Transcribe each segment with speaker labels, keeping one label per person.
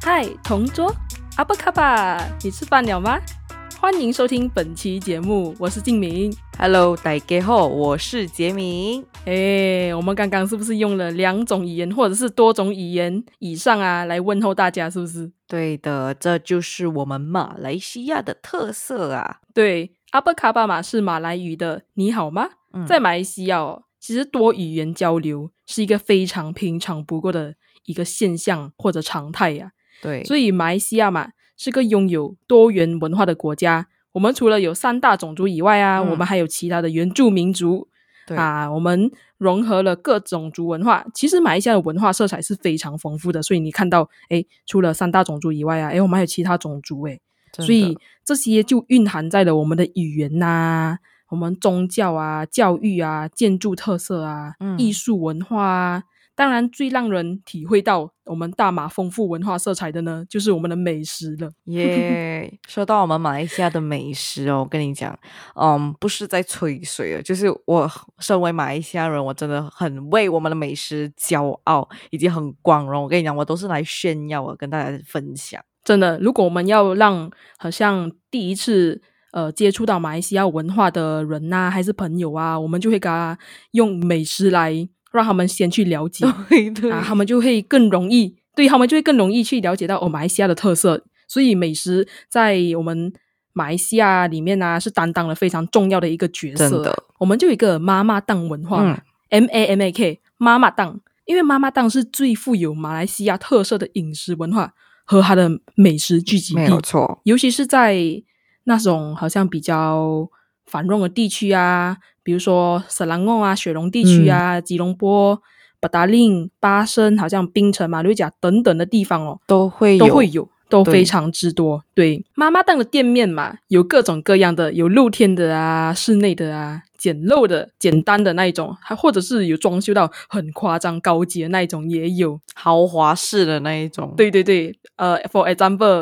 Speaker 1: 嗨，同桌，阿巴卡巴，你吃饭了吗？欢迎收听本期节目，我是静明。
Speaker 2: Hello， 大家好，我是杰明。
Speaker 1: 我们刚刚是不是用了2种语言或者是多种语言以上啊，来问候大家，是不是？
Speaker 2: 对的，这就是我们马来西亚的特色啊。
Speaker 1: 对，阿巴卡巴嘛是马来语的你好吗？在马来西亚其实多语言交流是一个非常平常不过的一个现象或者常态呀。
Speaker 2: 对，
Speaker 1: 所以马来西亚嘛是个拥有多元文化的国家。我们除了有3大种族以外啊，我们还有其他的原住民族。
Speaker 2: 对
Speaker 1: 啊，我们融合了各种族文化。其实马来西亚的文化色彩是非常丰富的，所以你看到除了3大种族以外啊，我们还有其他种族所以这些就蕴含在了我们的语言啊，我们宗教啊、教育啊、建筑特色啊、艺术文化啊。当然最让人体会到我们大马丰富文化色彩的呢，就是我们的美食了。
Speaker 2: 耶说到我们马来西亚的美食我跟你讲不是在吹水就是我身为马来西亚人，我真的很为我们的美食骄傲以及很光荣。我跟你讲，我都是来炫耀跟大家分享。
Speaker 1: 真的，如果我们要让好像第一次接触到马来西亚文化的人啊，还是朋友啊，我们就会给他用美食来让他们先去了解
Speaker 2: 对
Speaker 1: 他们就会更容易去了解到马来西亚的特色。所以美食在我们马来西亚里面啊，是担当了非常重要的一个角色。
Speaker 2: 真的，
Speaker 1: 我们就有一个妈妈档文化MAMAK 妈妈档，因为妈妈档是最富有马来西亚特色的饮食文化和它的美食聚集地，
Speaker 2: 没有错。
Speaker 1: 尤其是在那种好像比较繁荣的地区啊，比如说雪兰莪啊、雪隆地区啊、吉隆坡、巴达令、巴生，好像槟城、马六甲等等的地方
Speaker 2: 都会有，
Speaker 1: 都非常之多。对，妈妈档的店面嘛，有各种各样的，有露天的啊、室内的啊、简陋的、简单的那一种，还或者是有装修到很夸张高级的那一种也有，
Speaker 2: 豪华式的那一种。
Speaker 1: 对对对，for example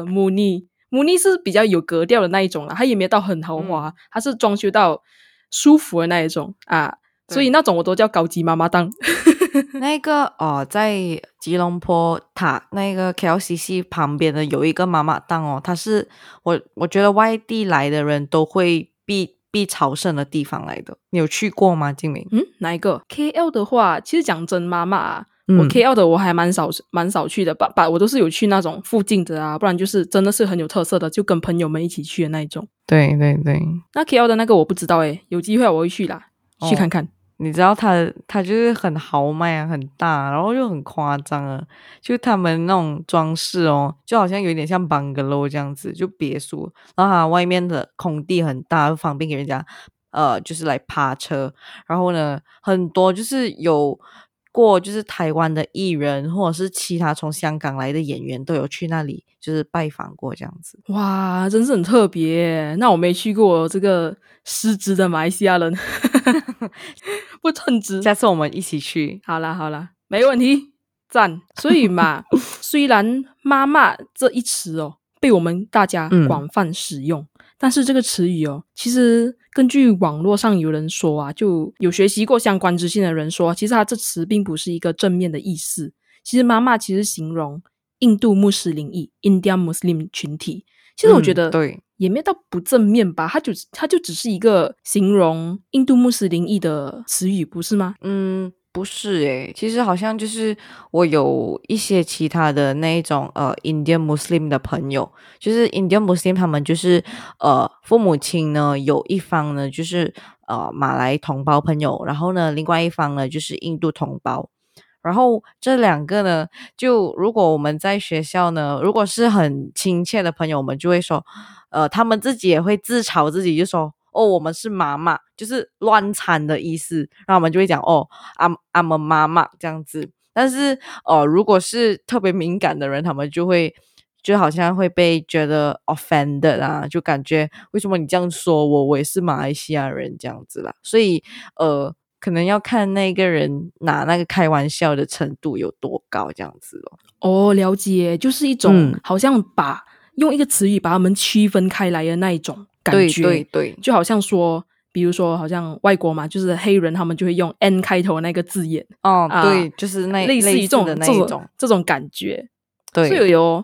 Speaker 1: Muni 是比较有格调的那一种啦，它也没有到很豪华，它是装修到舒服的那一种啊，所以那种我都叫高级妈妈档。
Speaker 2: 那个在吉隆坡塔那个 KLCC 旁边的有一个妈妈档它是我觉得外地来的人都会必朝圣的地方来的。你有去过吗，静明？
Speaker 1: 哪一个 KL 的话，其实讲真妈妈我 KL 的我还蛮少去的，我都是有去那种附近的啊，不然就是真的是很有特色的，就跟朋友们一起去的那一种。
Speaker 2: 对对对，
Speaker 1: 那 KL 的那个我不知道有机会我会去啦，去看看。
Speaker 2: 你知道它就是很豪迈啊，很大，然后又很夸张啊，就他们那种装饰就好像有点像 bungalow 这样子，就别墅，然后它外面的空地很大，方便给人家就是来趴车。然后呢，很多就是有过就是台湾的艺人或者是其他从香港来的演员都有去那里就是拜访过这样子。
Speaker 1: 哇，真是很特别耶。那我没去过这个失职的马来西亚人不称职，
Speaker 2: 下次我们一起去。
Speaker 1: 好啦，没问题，赞。所以嘛虽然妈妈这一词被我们大家广泛使用，但是这个词语其实根据网络上有人说啊，就有学习过相关知识的人说，其实它这词并不是一个正面的意思。其实妈妈其实形容印度穆斯林裔 Indian Muslim 群体，其实我觉得
Speaker 2: 对，
Speaker 1: 也没有到不正面吧，它就只是一个形容印度穆斯林裔的词语，不是吗？
Speaker 2: 不是其实好像就是我有一些其他的那一种Indian Muslim 的朋友，就是 Indian Muslim 他们就是父母亲呢有一方呢就是马来同胞朋友，然后呢另外一方呢就是印度同胞。然后这两个呢，就如果我们在学校呢，如果是很亲切的朋友，我们就会说，他们自己也会自嘲自己，就说我们是妈妈，就是乱掺的意思。然后我们就会讲I'm a 妈妈这样子。但是如果是特别敏感的人，他们就好像会被觉得 offended 啊，就感觉为什么你这样说我也是马来西亚人这样子啦。所以可能要看那个人拿那个开玩笑的程度有多高这样子
Speaker 1: 了解，就是一种好像用一个词语把他们区分开来的那一种感觉。
Speaker 2: 对对对，
Speaker 1: 就好像说比如说好像外国嘛，就是黑人他们就会用 N 开头的那个字眼
Speaker 2: 对，就是
Speaker 1: 类似于
Speaker 2: 的那一种
Speaker 1: 这种感觉。
Speaker 2: 对，
Speaker 1: 所以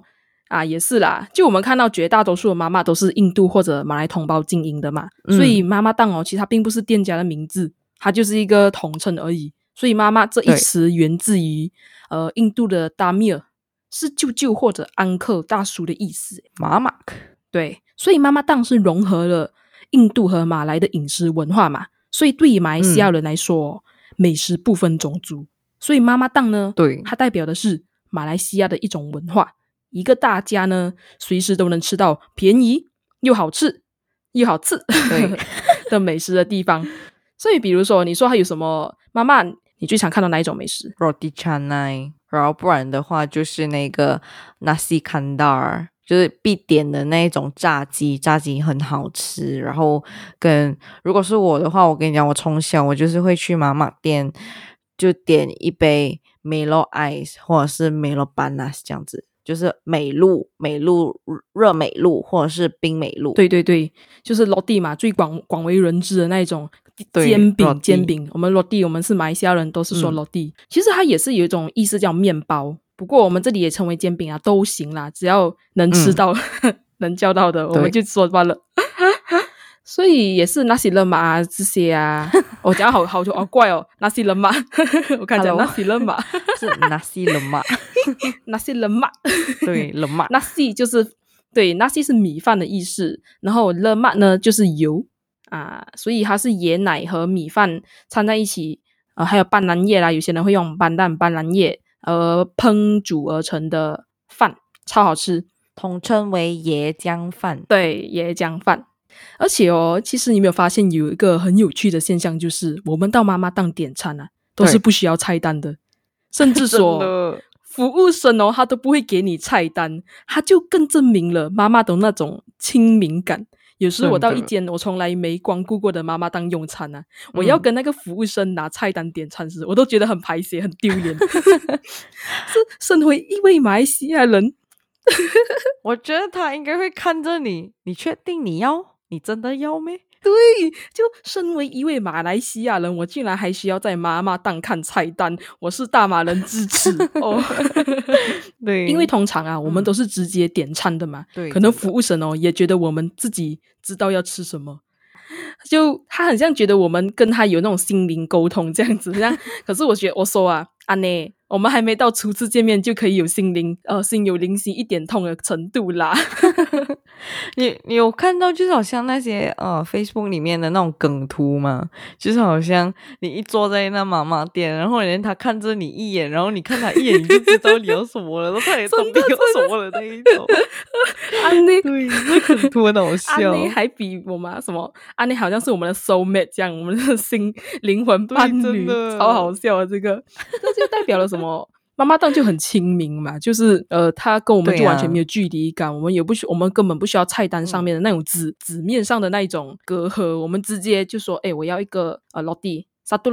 Speaker 1: 也是啦，就我们看到绝大多数的妈妈都是印度或者马来同胞经营的嘛，所以妈妈档其实它并不是店家的名字，它就是一个统称而已。所以妈妈这一词源自于印度的达米尔，是舅舅或者安克大叔的意思。
Speaker 2: 妈妈，
Speaker 1: 对，所以妈妈档是融合了印度和马来的饮食文化嘛，所以对于马来西亚人来说，美食不分种族，所以妈妈档呢，
Speaker 2: 对，
Speaker 1: 它代表的是马来西亚的一种文化，一个大家呢随时都能吃到便宜又好吃又好吃的美食的地方。所以比如说你说还有什么妈妈你最常看到哪一种美食？
Speaker 2: Roti canai， 然后不然的话就是那个 nasi kandar， 就是必点的那一种炸鸡很好吃。然后如果是我的话，我跟你讲，我从小我就是会去妈妈店就点一杯 Milo Ice 或者是 Milo Panas 这样子，就是美露热美露或者是冰美露。
Speaker 1: 对对对，就是 Roti 嘛，最广为人知的那一种煎饼。我们 Roti 我们是马来西亚人都是说 Roti，其实它也是有一种意思叫面包，不过我们这里也称为煎饼都行啦，只要能吃到能叫到的我们就说罢了。所以也是 nasi lemak 这些我讲好怪哦，nasi lemak 我看讲 nasi lemak
Speaker 2: 是 nasi lemak
Speaker 1: nasi lemak
Speaker 2: 对 lemak
Speaker 1: nasi 就是对 nasi 是米饭的意思，然后 lemak 呢就是油所以它是椰奶和米饭掺在一起还有斑斓叶啦，有些人会用斑斓叶烹煮而成的饭，超好吃，
Speaker 2: 统称为椰浆饭。
Speaker 1: 对，椰浆饭。而且其实你有没有发现有一个很有趣的现象，就是我们到妈妈档点餐都是不需要菜单的，甚至说服务生他都不会给你菜单，他就更证明了妈妈的那种亲民感。有时我到一间我从来没光顾过的妈妈档用餐我要跟那个服务生拿菜单点餐时，我都觉得很排泄很丢脸是身为一位马来西亚人
Speaker 2: 我觉得他应该会看着你确定你真的要咩？
Speaker 1: 对，就身为一位马来西亚人，我竟然还需要在妈妈档看菜单，我是大马人支持
Speaker 2: 对，
Speaker 1: 因为通常我们都是直接点餐的嘛，
Speaker 2: 对，
Speaker 1: 可能服务生也觉得我们自己知道要吃什么，就他很像觉得我们跟他有那种心灵沟通这样子，可是我觉得我说呢，我们还没到初次见面就可以有心有灵犀一点通的程度啦
Speaker 2: 你有看到就是好像那些Facebook 里面的那种梗图吗？就是好像你一坐在那妈妈店，然后他看着你一眼，然后你看他一眼你就知道你要什么了，然后他也懂你要什么了那一种对，那梗图很好笑。
Speaker 1: 安内还比我们什么安内好像是我们的 soul mate 这样，我们的灵魂伴侣，超好笑的这就代表了什么？妈妈档就很亲民嘛，就是他跟我们就完全没有距离感，我们根本不需要菜单上面的那种纸面上的那一种隔阂，我们直接就说我要一个roti satu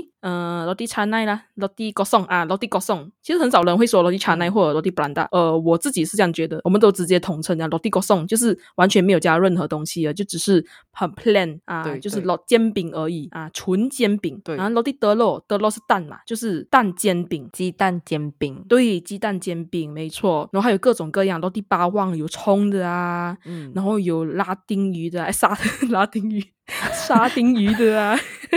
Speaker 1: roti canai 啦 roti kosong roti kosong， 其实很少人会说 roti canai 或者 roti belanda，我自己是这样觉得，我们都直接统称roti kosong， 就是完全没有加任何东西了，就只是很 plain 就是煎饼而已纯煎饼。然后 roti telur 是蛋嘛，就是蛋煎饼，
Speaker 2: 鸡蛋煎饼，
Speaker 1: 对，鸡蛋煎饼没错。然后还有各种各样 roti bawang 有葱的然后有拉丁鱼的拉丁鱼沙丁鱼的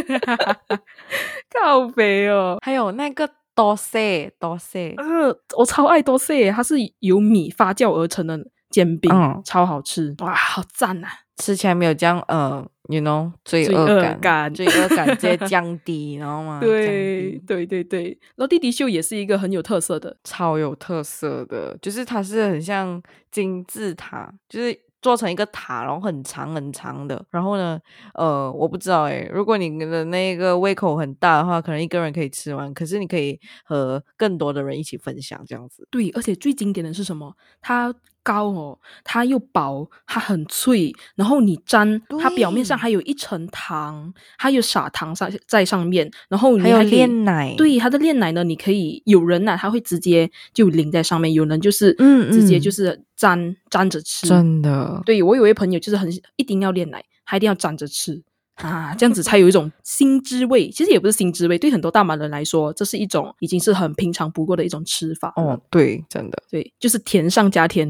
Speaker 1: 靠北
Speaker 2: 还有那个多塞
Speaker 1: 我超爱多塞，它是由米发酵而成的煎饼超好吃，哇好赞
Speaker 2: 吃起来没有这样you know 罪恶感直接降低然后吗？
Speaker 1: 对对对对，然后弟弟秀也是一个很有特色的，
Speaker 2: 超有特色的，就是它是很像金字塔，就是做成一个塔，然后很长很长的。然后呢我不知道如果你的那个胃口很大的话，可能一个人可以吃完，可是你可以和更多的人一起分享这样子。
Speaker 1: 对，而且最经典的是什么？它高它又薄，它很脆，然后你沾它表面上还有一层糖，还有撒糖在上面，然后你还可以
Speaker 2: 炼奶。
Speaker 1: 对，它的炼奶呢，你可以有人他会直接就淋在上面，有人就是直接就是沾着吃。
Speaker 2: 真的，
Speaker 1: 对，我有一位朋友就是一定要炼奶，他一定要沾着吃这样子才有一种新滋味。其实也不是新滋味，对很多大马人来说，这是一种已经是很平常不过的一种吃法。
Speaker 2: 对，真的，
Speaker 1: 对，就是甜上加甜，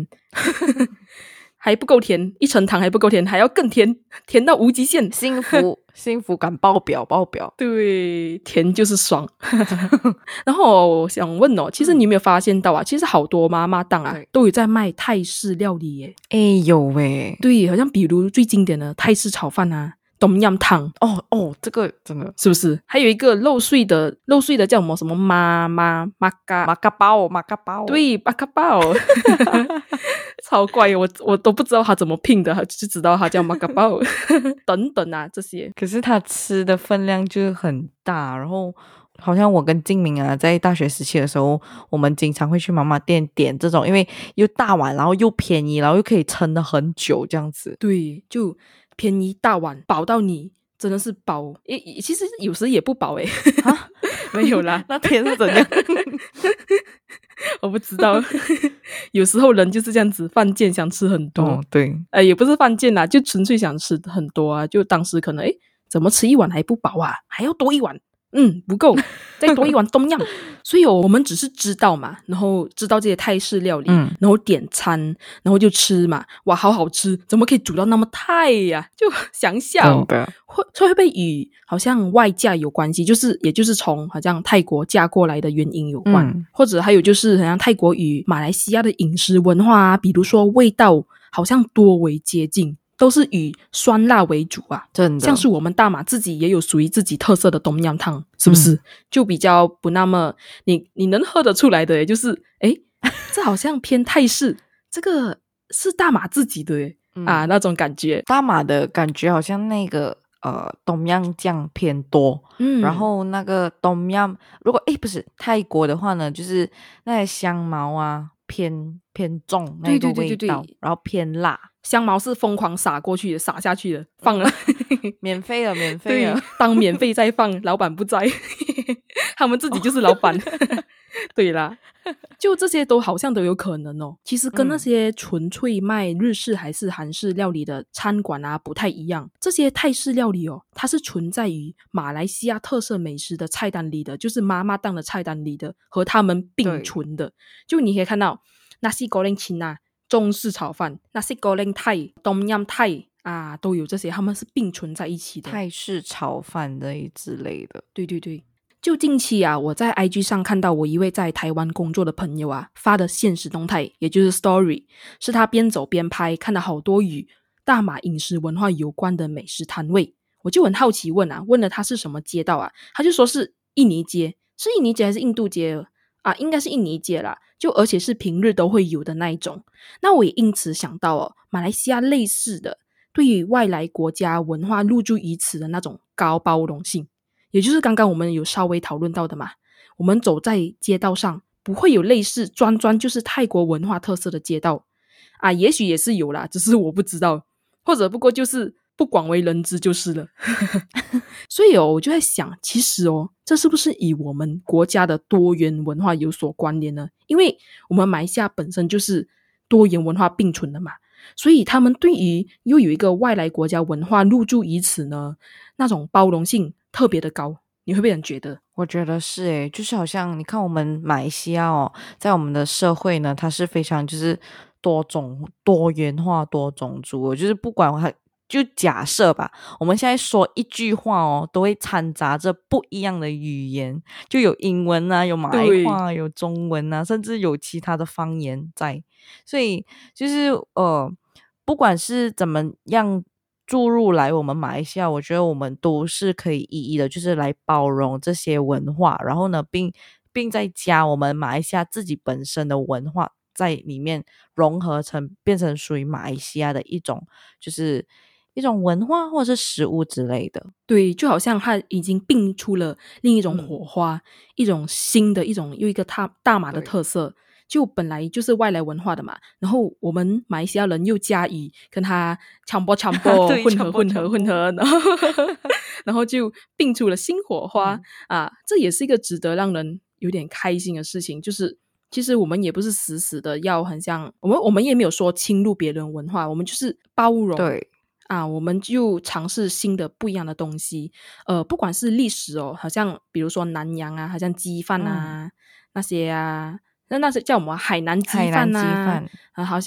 Speaker 1: 还不够甜，一层糖还不够甜，还要更甜，甜到无极限，
Speaker 2: 幸福感爆表。
Speaker 1: 对，甜就是爽。然后我想问哦，其实你有没有发现到啊？其实好多妈妈档啊都有在卖泰式料理耶。
Speaker 2: 有耶。
Speaker 1: 对，好像比如最经典的泰式炒饭啊，Tom Yum汤。
Speaker 2: 这个真的
Speaker 1: 是不是？还有一个肉碎的叫什么马嘎包。对，马嘎包。超怪，我都不知道它怎么拼的，就知道它叫马嘎包。等等啊，这些。
Speaker 2: 可是它吃的分量就很大，然后好像我跟静明啊，在大学时期的时候，我们经常会去妈妈店点这种，因为又大碗，然后又便宜，然后又可以撑得很久这样子。
Speaker 1: 对，就便宜大碗，饱到你真的是饱。其实有时也不饱诶。
Speaker 2: 啊，
Speaker 1: 没有啦。
Speaker 2: 那天是怎样？
Speaker 1: 我不知道。有时候人就是这样子，犯贱想吃很多。
Speaker 2: 对。
Speaker 1: 也不是犯贱啦，就纯粹想吃很多啊。就当时可能怎么吃一碗还不饱啊，还要多一碗。不够，再多一碗冬阴。所以我们只是知道嘛，然后知道这些泰式料理，然后点餐，然后就吃嘛。哇，好好吃，怎么可以煮到那么泰呀？就想笑。会不会与好像外嫁有关系？也就是从好像泰国嫁过来的原因有关，或者还有就是好像泰国与马来西亚的饮食文化啊，比如说味道好像多为接近。都是以酸辣为主啊，
Speaker 2: 真的。
Speaker 1: 像是我们大马自己也有属于自己特色的冬阴汤，是不是？就比较不那么你能喝得出来的，就是这好像偏泰式，这个是大马自己的那种感觉。
Speaker 2: 大马的感觉好像那个冬阴酱偏多，然后那个冬阴，如果不是泰国的话呢，就是那些香茅啊偏重那个味道，
Speaker 1: 对，
Speaker 2: 然后偏辣。
Speaker 1: 香茅是疯狂撒下去的，放了。
Speaker 2: 免费了。
Speaker 1: 对，当免费再放，老板不在。他们自己就是老板。对啦，就这些都好像都有可能哦。其实跟那些纯粹卖日式还是韩式料理的餐馆啊不太一样。这些泰式料理它是存在于马来西亚特色美食的菜单里的，就是妈妈档的菜单里的，和他们并存的。就你可以看到nasi goreng Cina中式炒饭nasi goreng Thai Tom Yum Thai啊，都有这些，他们是并存在一起的。
Speaker 2: 泰式炒饭之类的。
Speaker 1: 对。就近期啊，我在 IG 上看到我一位在台湾工作的朋友啊发的现实动态，也就是 story， 是他边走边拍，看到好多与大马饮食文化有关的美食摊位。我就很好奇问了他是什么街道啊，他就说是印尼街。是印尼街还是印度街啊？应该是印尼街啦，就而且是平日都会有的那一种。那我也因此想到马来西亚类似的对于外来国家文化入驻于此的那种高包容性，也就是刚刚我们有稍微讨论到的嘛。我们走在街道上不会有类似专就是泰国文化特色的街道啊，也许也是有啦，只是我不知道，或者不过就是不广为人知就是了。所以我就在想，其实这是不是与我们国家的多元文化有所关联呢？因为我们马来西亚本身就是多元文化并存的嘛，所以他们对于又有一个外来国家文化入驻于此呢，那种包容性特别的高。你会不会很觉得？
Speaker 2: 我觉得是就是好像你看我们马来西亚在我们的社会呢，它是非常就是多元化多种族，就是不管它就假设吧，我们现在说一句话都会掺杂着不一样的语言，就有英文啊，有马来话，有中文啊，甚至有其他的方言在。所以就是不管是怎么样注入来我们马来西亚，我觉得我们都是可以一一的就是来包容这些文化，然后呢并再加我们马来西亚自己本身的文化在里面融合成变成属于马来西亚的一种就是一种文化或者是食物之类的。
Speaker 1: 对，就好像它已经并出了另一种火花，一种新的又一个大马的特色，就本来就是外来文化的嘛，然后我们马来西亚人又加以跟它cham播混合，然后就并出了新火花这也是一个值得让人有点开心的事情。就是其实我们也不是死的要很像我们也没有说侵入别人文化，我们就是包容。
Speaker 2: 对
Speaker 1: 我们就尝试新的不一样的东西。不管是历史好像比如说南洋好像鸡饭那些那些叫什么海南鸡饭好像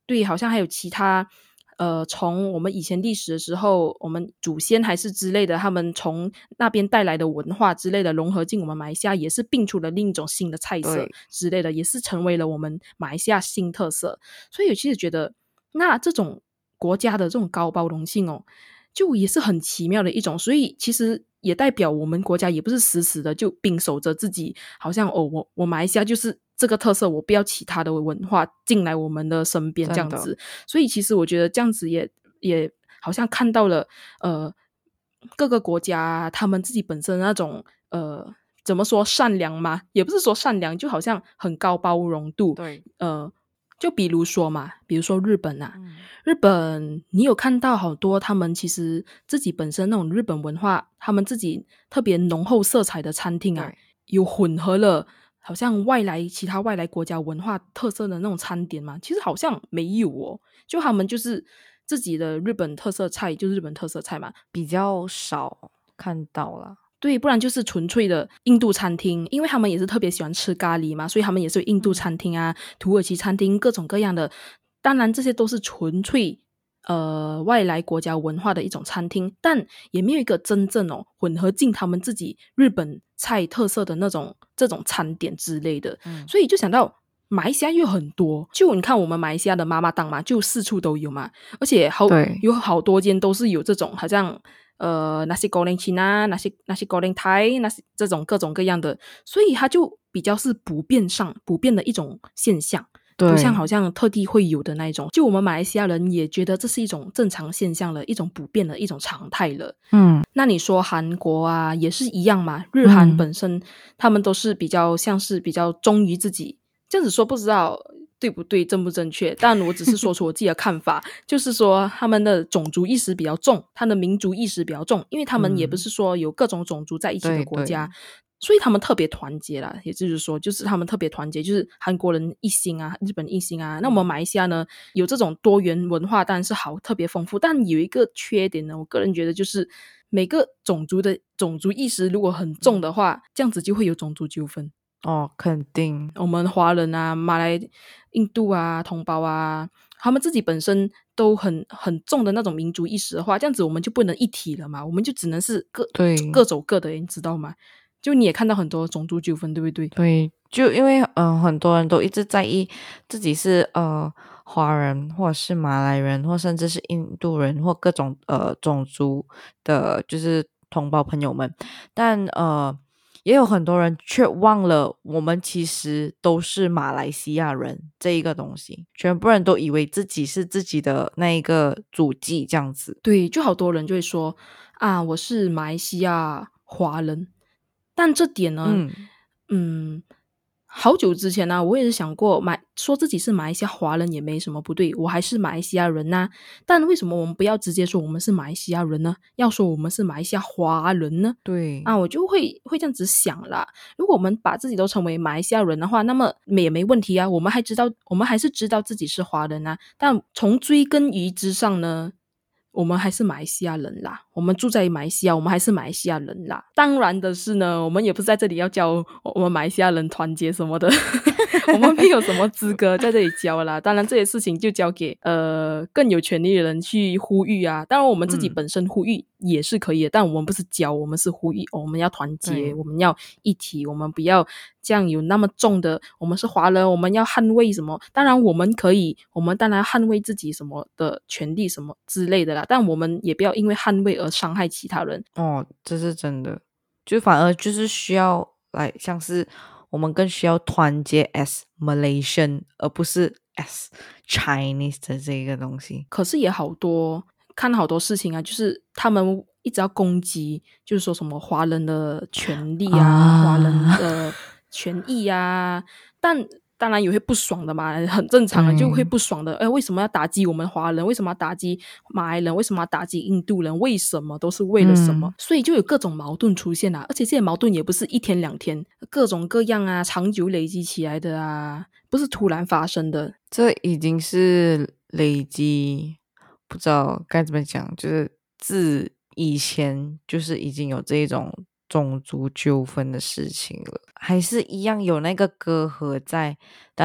Speaker 1: 对，好像还有其他从我们以前历史的时候，我们祖先还是之类的，他们从那边带来的文化之类的融合进我们马来西亚，也是并出了另一种新的菜色
Speaker 2: 对
Speaker 1: 之类的，也是成为了我们马来西亚新特色。所以我其实觉得，那这种国家的这种高包容性哦，就也是很奇妙的一种，所以其实也代表我们国家也不是死死的就秉守着自己，好像哦，我马来西亚就是这个特色，我不要其他的文化进来我们的身边这
Speaker 2: 真的
Speaker 1: 样子。所以其实我觉得这样子也好像看到了各个国家他们自己本身那种怎么说善良吗？也不是说善良，就好像很高包容度。
Speaker 2: 对，
Speaker 1: 就比如说嘛，比如说日本啊，
Speaker 2: 嗯，
Speaker 1: 日本你有看到好多他们其实自己本身那种日本文化，他们自己特别浓厚色彩的餐厅啊，
Speaker 2: 对，
Speaker 1: 有混合了好像其他外来国家文化特色的那种餐点嘛？其实好像没有哦，就他们就是自己的日本特色菜，就是日本特色菜嘛。
Speaker 2: 比较少看到啦。
Speaker 1: 对，不然就是纯粹的印度餐厅，因为他们也是特别喜欢吃咖喱嘛，所以他们也是有印度餐厅啊、土耳其餐厅，各种各样的。当然，这些都是纯粹外来国家文化的一种餐厅，但也没有一个真正混合进他们自己日本菜特色的那种这种餐点之类的。所以就想到马来西亚又很多，就你看我们马来西亚的妈妈档嘛，就四处都有嘛，而且
Speaker 2: 对
Speaker 1: 有好多间都是有这种好像nasi goreng Cina、nasi goreng Thai、这种各种各样的，所以它就比较是普遍的一种现象。不像
Speaker 2: 对，
Speaker 1: 好像特地会有的那一种，就我们马来西亚人也觉得这是一种正常现象了，一种普遍的一种常态了。
Speaker 2: 嗯
Speaker 1: 那你说韩国啊，也是一样嘛？日韩本身他们都是比较像是比较忠于自己，这样子说不知道对不对、正不正确，但我只是说出我自己的看法，就是说他们的种族意识比较重，他的民族意识比较重，因为他们也不是说有各种种族在一起的
Speaker 2: 对对，
Speaker 1: 国家，所以他们特别团结啦。也就是说，就是他们特别团结，就是韩国人一心啊，日本一心啊。那我们马来西亚呢，有这种多元文化当然是好，特别丰富，但有一个缺点呢，我个人觉得就是每个种族的种族意识如果很重的话，这样子就会有种族纠纷。
Speaker 2: 哦，肯定，
Speaker 1: 我们华人啊、印度啊、同胞啊，他们自己本身都很重的那种民族意识的话，这样子我们就不能一体了嘛，我们就只能是
Speaker 2: 对
Speaker 1: 各走各的，你知道吗？就你也看到很多种族纠纷，对不对？
Speaker 2: 对，就因为很多人都一直在意自己是华人，或者是马来人，或甚至是印度人，或各种种族的，就是同胞朋友们，但也有很多人却忘了，我们其实都是马来西亚人这一个东西，全部人都以为自己是自己的那一个祖籍这样子。
Speaker 1: 对，就好多人就会说啊，我是马来西亚华人，但这点呢，
Speaker 2: 嗯，
Speaker 1: 嗯，好久之前呢、我也是想过说自己是马来西亚华人也没什么不对，我还是马来西亚人呐、但为什么我们不要直接说我们是马来西亚人呢？要说我们是马来西亚华人呢？
Speaker 2: 对，
Speaker 1: 啊，我就会这样子想啦。如果我们把自己都称为马来西亚人的话，那么也没问题啊。我们还是知道自己是华人啊。但从追根于之上呢，我们还是马来西亚人啦。我们住在马来西亚，我们还是马来西亚人啦。当然的是呢，我们也不是在这里要教我们马来西亚人团结什么的。我们没有什么资格在这里教啦。当然这些事情就交给更有权利的人去呼吁啊。当然我们自己
Speaker 2: 嗯，
Speaker 1: 本身呼吁也是可以的，但我们不是教，我们是呼吁，我们要团结，
Speaker 2: 对。
Speaker 1: 我们要一体，我们不要这样有那么重的我们是华人，我们要捍卫什么？当然我们可以，我们当然要捍卫自己什么的权利什么之类的啦，但我们也不要因为捍卫而伤害其他人。
Speaker 2: 哦，这是真的，就反而就是需要来，像是我们更需要团结 as Malaysian，而不是 as Chinese 的这个东西。
Speaker 1: 可是也好多看好多事情啊，就是他们一直要攻击，就是说什么华人的权利啊、华人
Speaker 2: 啊，
Speaker 1: 的权益啊，但当然也会不爽的嘛，很正常啊，就会
Speaker 2: 对，
Speaker 1: 不爽的。哎，为什么要打击我们华人？为什么要打击马来人？为什么要打击印度人？为什么都是为了什么？
Speaker 2: 嗯，
Speaker 1: 所以就有各种矛盾出现啊，而且这些矛盾也不是一天两天，各种各样啊，长久累积起来的啊，不是突然发生的。
Speaker 2: 这已经是累积，不知道该怎么讲，就是自以前就是已经有这一种种族纠纷的事情了，还是一样有那个隔阂在，但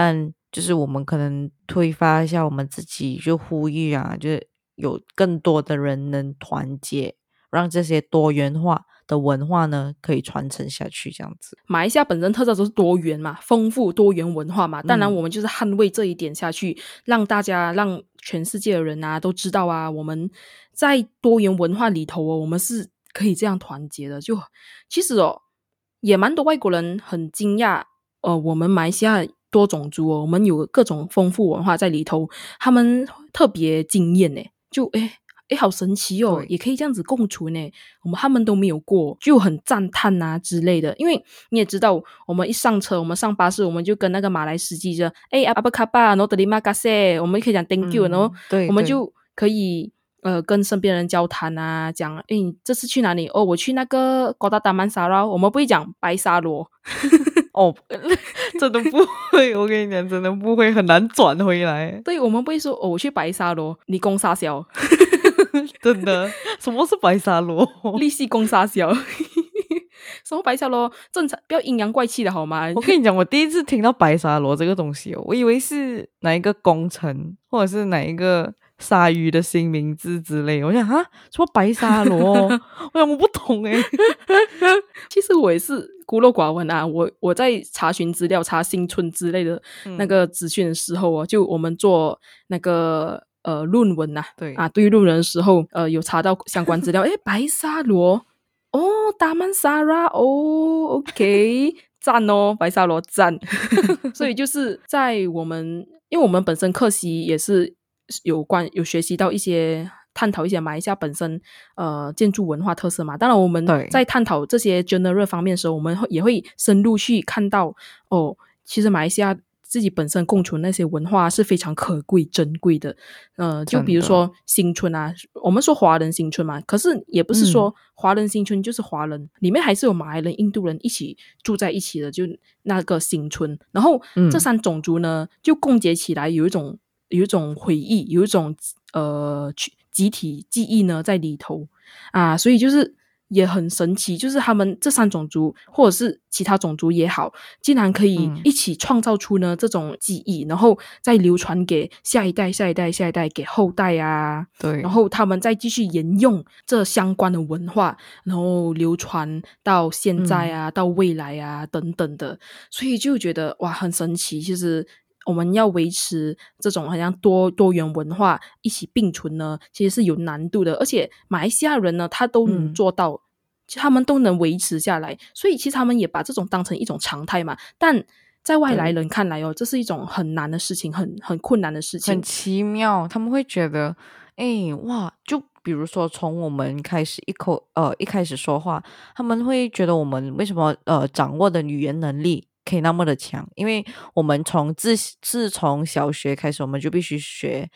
Speaker 2: 就是我们可能推发一下我们自己，就呼吁啊，就是有更多的人能团结，让这些多元化的文化呢可以传承下去这样子。
Speaker 1: 马来西亚本身特色都是多元嘛，丰富多元文化嘛，当然我们就是捍卫这一点下去，让大家让全世界的人啊都知道啊，我们在多元文化里头哦，我们是可以这样团结的。就其实哦，也蛮多外国人很惊讶，我们马来西亚多种族哦，我们有各种丰富文化在里头，他们特别惊艳呢，就好神奇哦，也可以这样子共存呢，他们都没有过，就很赞叹啊之类的。因为你也知道，我们一上车，我们上巴士，我们就跟那个马来司机就阿巴卡巴，然后德里马嘎塞，我们可以讲 thank you，然后我们就可以跟身边人交谈啊，讲你这次去哪里？哦，我去那个高达达曼沙拉，我们不会讲白沙罗。
Speaker 2: 哦，真的不会，我跟你讲，真的不会，很难转回来。
Speaker 1: 对，我们不会说我去白沙罗，你攻沙小。
Speaker 2: 真的，什么是白沙罗？
Speaker 1: 利息攻沙小。什么白沙罗？正常，不要阴阳怪气的好吗？
Speaker 2: 我跟你讲，我第一次听到白沙罗这个东西哦，我以为是哪一个工程，或者是哪一个鲨鱼的新名字之类。我想什么白沙罗？我想我不懂诶。
Speaker 1: 其实我也是孤陋寡闻啊。我在查询资料、查新春之类的那个资讯的时候哦，就我们做那个论文呐，对于论文的时候有查到相关资料。白沙罗哦，达曼沙拉哦 ，OK， 赞哦，白沙罗赞。所以就是在我们，因为我们本身课系也是有学习到一些探讨一些马来西亚本身建筑文化特色嘛。当然我们在探讨这些 general 方面的时候，我们也会深入去看到其实马来西亚自己本身共存那些文化是非常可贵珍贵的。就比如说新村啊，我们说华人新村嘛，可是也不是说华人新村就是华人，里面还是有马来人、印度人一起住在一起的，就那个新村。然后这三种族呢就共结起来，有一种回忆，有一种集体记忆呢在里头啊，所以就是也很神奇，就是他们这三种族或者是其他种族也好，竟然可以一起创造出呢这种记忆，然后再流传给下一代、下一代、下一代，给后代啊。
Speaker 2: 对，
Speaker 1: 然后他们再继续沿用这相关的文化，然后流传到现在啊，到未来啊等等的，所以就觉得哇很神奇。其实我们要维持这种好像多元文化一起并存呢，其实是有难度的。而且马来西亚人呢，他都能做到，他们都能维持下来，所以其实他们也把这种当成一种常态嘛。但在外来人看来这是一种很难的事情，很困难的事情，
Speaker 2: 很奇妙。他们会觉得哇，就比如说从我们开始一开始说话，他们会觉得我们为什么掌握的语言能力可以那么的强，因为我们自从小学开始，我们就必须学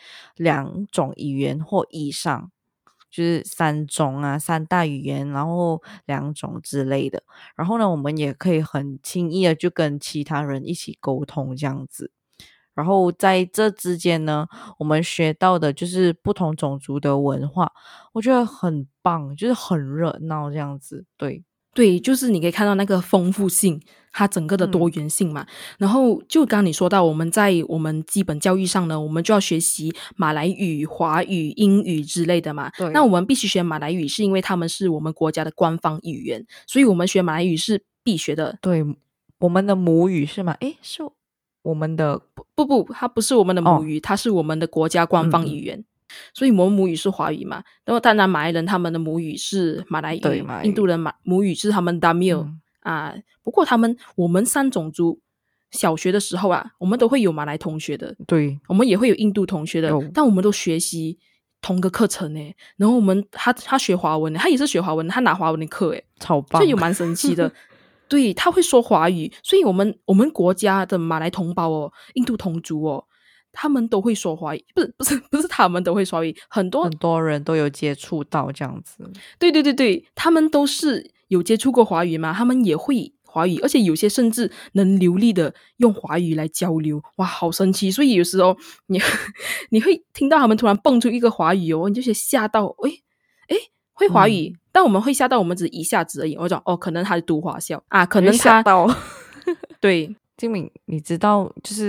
Speaker 2: 2种语言或以上，就是3种啊，3大语言，然后2种之类的。然后呢，我们也可以很轻易的就跟其他人一起沟通这样子。然后在这之间呢，我们学到的就是不同种族的文化，我觉得很棒，就是很热闹这样子。
Speaker 1: 对，就是你可以看到那个丰富性，它整个的多元性嘛。然后就刚刚你说到，我们在我们基本教育上呢，我们就要学习马来语、华语、英语之类的嘛。那我们必须学马来语，是因为他们是我们国家的官方语言，所以我们学马来语是必学的。
Speaker 2: 对，我们的母语是吗？是我们的
Speaker 1: 不，它不是我们的母语，它是我们的国家官方语言。所以我们母语是华语嘛，然后当然马来人他们的母语是马来语，印度人母语是他们 Tamil 啊。不过我们3种族小学的时候啊，我们都会有马来同学的，
Speaker 2: 对，
Speaker 1: 我们也会有印度同学的，但我们都学习同个课程诶。然后他学华文，他也是学华文，他拿华文的课诶，
Speaker 2: 超棒，
Speaker 1: 所以有蛮神奇的。对，他会说华语，所以我们国家的马来同胞印度同族他们都会说华语，不是他们都会说华语，很多
Speaker 2: 人都有接触到这样子。
Speaker 1: 对，他们都是有接触过华语嘛，他们也会华语，而且有些甚至能流利的用华语来交流，哇，好神奇！所以有时候你会听到他们突然蹦出一个华语你就觉得吓到，会华语，但我们会吓到，我们只一下子而已。我讲可能他是读华校啊，可能他
Speaker 2: 吓到
Speaker 1: 对。
Speaker 2: 金敏，你知道就是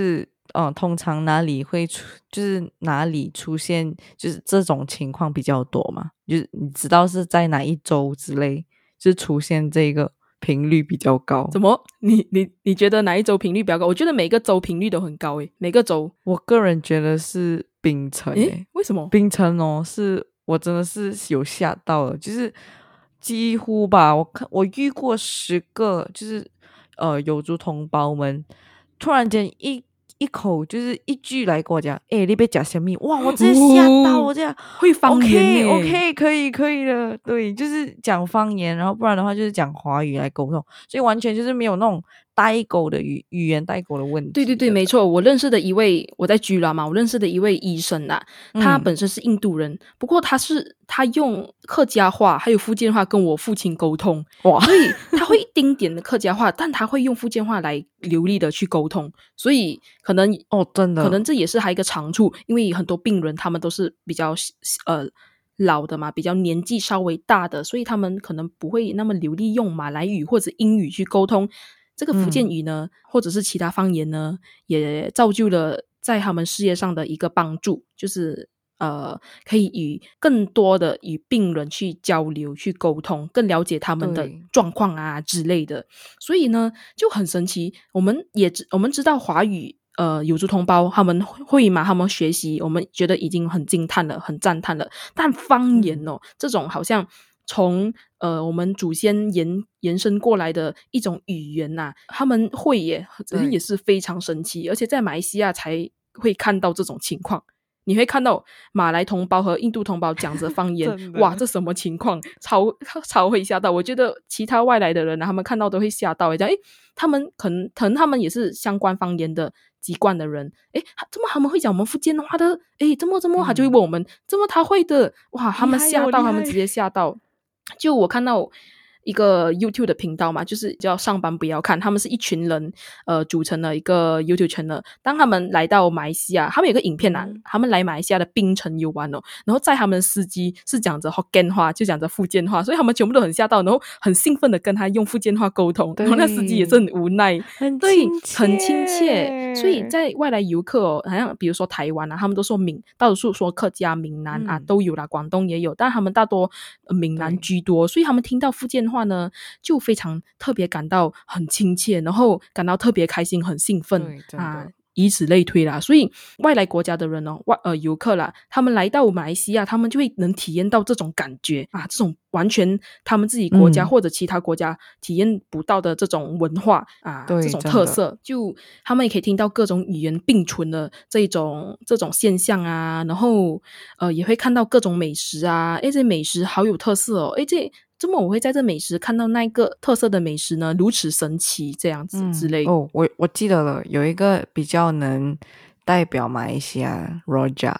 Speaker 2: 通常哪里会就是哪里出现就是这种情况比较多嘛？就是你知道是在哪一州之类，就是出现这个频率比较高？
Speaker 1: 怎么？你觉得哪一州频率比较高？我觉得每个州频率都很高诶，每个州。
Speaker 2: 我个人觉得是槟城诶，
Speaker 1: 为什么？
Speaker 2: 槟城哦，是我真的是有吓到了，就是几乎吧，我遇过10个，就是有族同胞们突然间一口就是一句来跟我讲，诶，你别讲什么，哇，我直接吓到，我这样
Speaker 1: 会方言呢
Speaker 2: OK，可以的，对，就是讲方言，然后不然的话就是讲华语来沟通，所以完全就是没有那种代沟的语言代沟的问题。
Speaker 1: 对对对，没错，我认识的一位，我在居拉嘛，我认识的一位医生啊，他本身是印度人，不过他用客家话还有福建话跟我父亲沟通，哇，所以他会一丁点的客家话，但他会用福建话来流利的去沟通，所以可能
Speaker 2: 真的，
Speaker 1: 可能这也是还一个长处，因为很多病人他们都是比较老的嘛，比较年纪稍微大的，所以他们可能不会那么流利用马来语或者英语去沟通。这个福建语呢，或者是其他方言呢，也造就了在他们事业上的一个帮助，就是可以与更多的与病人去交流、去沟通，更了解他们的状况啊之类的。所以呢，就很神奇。我们知道华语有族同胞他们会嘛，他们学习，我们觉得已经很惊叹了，很赞叹了。但方言这种好像从我们祖先延伸过来的一种语言呐，他们会也是非常神奇，而且在马来西亚才会看到这种情况。你会看到马来同胞和印度同胞讲着方言，哇，这什么情况？超会吓到。我觉得其他外来的人他们看到都会吓到，这样他们可能他们也是相关方言的籍贯的人，怎么他们会讲我们福建话的？怎么他就会问我们，怎么他会的？哇，他们吓到，他们直接吓到。就我看到一个 YouTube 的频道嘛，就是叫上班不要看，他们是一群人组成了一个 YouTube channel。当他们来到马来西亚，他们有个影片啊，他们来马来西亚的槟城游玩然后在他们的司机是讲着 Hokkien 话，就讲着福建话，所以他们全部都很吓到，然后很兴奋的跟他用福建话沟通，然后那司机也是很无奈，
Speaker 2: 很
Speaker 1: 亲切。所以在外来游客好像比如说台湾啊，他们都说到处说客家闽南啊都有啦，广东也有，但他们大多闽南居多，所以他们听到福建话呢，就非常特别感到很亲切，然后感到特别开心，很兴奋啊，以此类推啦。所以外来国家的人游客啦，他们来到马来西亚，他们就会能体验到这种感觉啊，这种完全他们自己国家或者其他国家体验不到的这种文化啊，这种特色，就他们也可以听到各种语言并存的这种现象啊，然后也会看到各种美食啊，这美食好有特色哦，这么我会在这美食看到那一个特色的美食呢，如此神奇这样子之类。
Speaker 2: 我记得了，有一个比较能代表马来西亚 Rojak。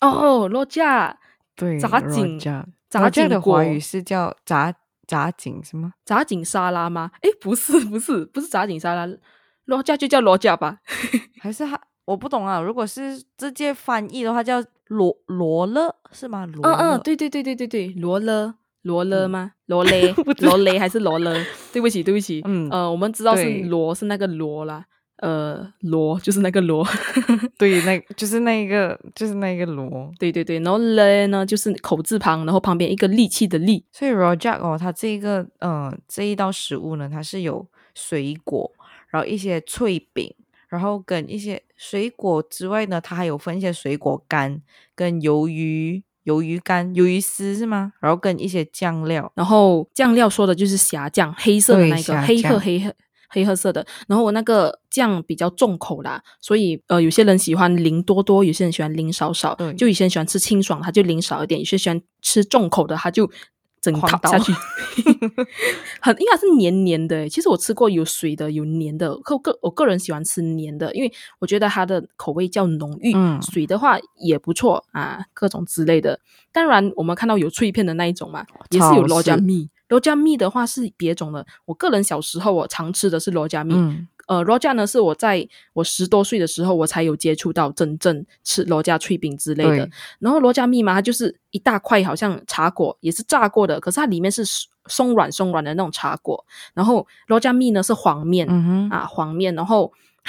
Speaker 1: Rojak，
Speaker 2: 对，
Speaker 1: 炸锦
Speaker 2: 的华语是叫炸锦是吗？
Speaker 1: 炸锦沙拉吗？不是炸锦沙拉，Rojak就叫 Rojak 吧？
Speaker 2: 还是我不懂啊。如果是直接翻译的话，叫罗勒是吗？
Speaker 1: 对，罗勒吗？罗勒还是罗勒？对不起，我们知道是罗是那个罗啦，罗就是那个罗，
Speaker 2: 对，就是那个罗，
Speaker 1: 对，然后勒呢就是口字旁，然后旁边一个力气的力。
Speaker 2: 所以 Rojak 它这一道食物呢，它是有水果，然后一些脆饼，然后跟一些水果之外呢，它还有分一些水果干跟鱿鱼干、鱿鱼丝是吗？然后跟一些酱料，
Speaker 1: 然后酱料说的就是虾酱，黑色的那个黑褐色的，然后我那个酱比较重口啦，所以有些人喜欢淋多多，有些人喜欢淋少少，就有些人喜欢吃清爽，他就淋少一点；有些人喜欢吃重口的，他就整套下去，因为它是黏黏的。其实我吃过有水的，有黏的。我个人喜欢吃黏的，因为我觉得它的口味较浓郁。水的话也不错啊，各种之类的。当然，我们看到有脆片的那一种嘛，也是有罗加蜜。罗加蜜的话是别种的。我个人小时候我常吃的是罗加蜜。Rojak 呢是我在我10多岁的时候我才有接触到真正吃罗家脆饼之类的。然后罗家蜜嘛，它就是一大块好像茶果，也是炸过的，可是它里面是松软的那种茶果。然后罗家蜜呢是黄面黄面，然后还有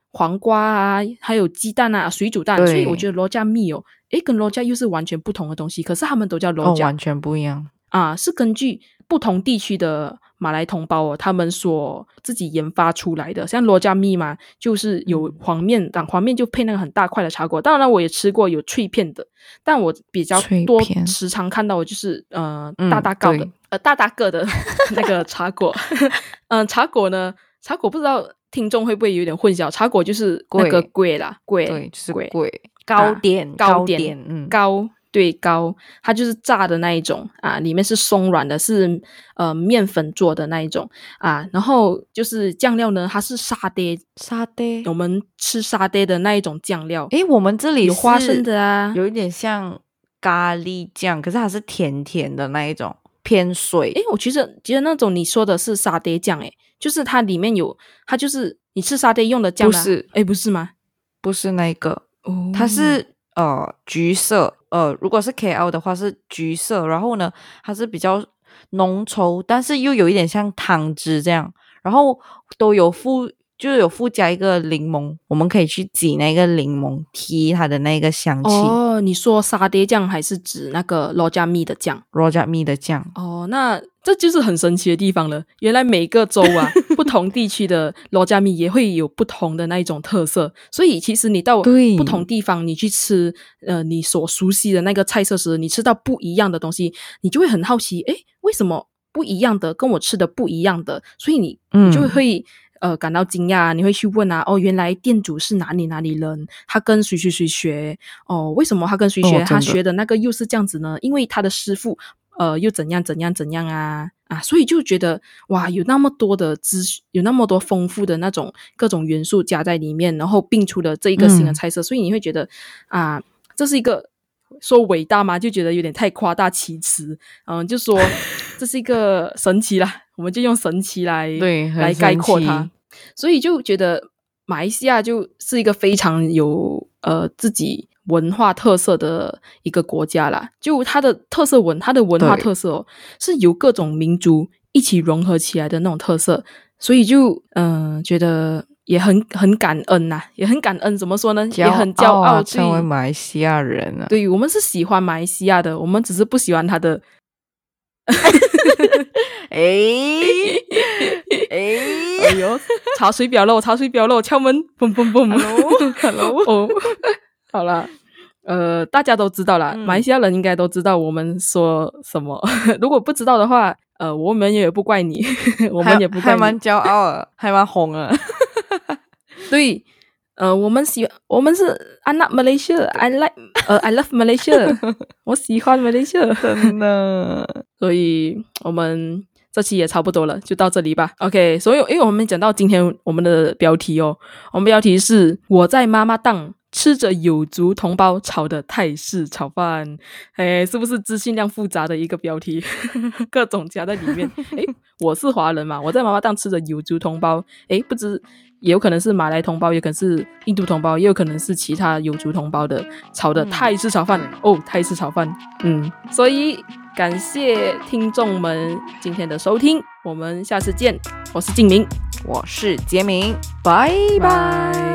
Speaker 1: 黄瓜啊，还有鸡蛋啊，水煮蛋，所以我觉得罗家蜜哦，跟罗家又是完全不同的东西，可是他们都叫罗家，
Speaker 2: 完全不一样
Speaker 1: 啊，是根据不同地区的马来同胞他们所自己研发出来的。像罗家蜜嘛，就是有黄面，黄面就配那个很大块的茶果。当然我也吃过有脆片的，但我比较多时常看到的就是大大个的那个茶果。茶果呢，茶果不知道听众会不会有点混淆，茶果就是那个粿啦，粿，
Speaker 2: 对，就是粿，糕点，
Speaker 1: 糕。对，糕它就是炸的那一种啊，里面是松软的，是面粉做的那一种啊，然后就是酱料呢，它是沙爹，我们吃沙爹的那一种酱料。
Speaker 2: 我们这里
Speaker 1: 有花生的啊，
Speaker 2: 有一点像咖喱酱，可是它是甜甜的那一种，偏水。
Speaker 1: 我觉得那种你说的是沙爹酱，就是它里面有，它就是你吃沙爹用的酱，
Speaker 2: 不是，
Speaker 1: 不是吗？
Speaker 2: 不是那个，它是橘色，如果是 KL 的话是橘色，然后呢它是比较浓稠，但是又有一点像汤汁这样，然后都有就是有附加一个柠檬，我们可以去挤那个柠檬提它的那个香气。
Speaker 1: 你说沙爹酱还是指那个罗家蜜的酱？
Speaker 2: 罗家蜜的酱。
Speaker 1: 那这就是很神奇的地方了，原来每个州啊不同地区的罗家蜜也会有不同的那一种特色，所以其实你到不同地方你去吃你所熟悉的那个菜色时，你吃到不一样的东西，你就会很好奇，为什么不一样的跟我吃的不一样的，所以你就会感到惊讶，你会去问啊，原来店主是哪里人，他跟谁学，为什么他跟谁学，他学的那个又是这样子呢？因为他的师傅又怎样啊，所以就觉得哇，有那么多的资讯，有那么多丰富的那种各种元素加在里面，然后并出了这一个新的菜色，所以你会觉得这是一个说伟大吗？就觉得有点太夸大其词，就说这是一个神奇啦，我们就用神奇来概括它，所以就觉得马来西亚就是一个非常有自己文化特色的一个国家啦，就它的文化特色是由各种民族一起融合起来的那种特色，所以就觉得也很感恩呐，也很感恩，怎么说呢？也很骄傲，
Speaker 2: 成为马来西亚人啊！
Speaker 1: 对，我们是喜欢马来西亚的，我们只是不喜欢它的。哎呦，查水表漏，敲门，嘣嘣嘣 ，Hello， 好啦，大家都知道啦，马来西亚人应该都知道我们说什么。如果不知道的话，我们也不怪你，我们也不怪你，
Speaker 2: 还蛮骄傲啊，还蛮红啊。
Speaker 1: 对，我们是 I love Malaysia， I love Malaysia， 我喜欢 Malaysia，
Speaker 2: 真的。
Speaker 1: 所以我们这期也差不多了，就到这里吧。OK， 所以因为我们讲到今天我们的标题我们标题是我在妈妈档吃着有族同胞炒的泰式炒饭，是不是资讯量复杂的一个标题？各种加在里面。我是华人嘛，我在妈妈档吃着有族同胞，不知也有可能是马来同胞，也可能是印度同胞，也有可能是其他有族同胞的炒的泰式炒饭。泰式炒饭，所以感谢听众们今天的收听，我们下次见。我是静明，
Speaker 2: 我是杰明，拜拜。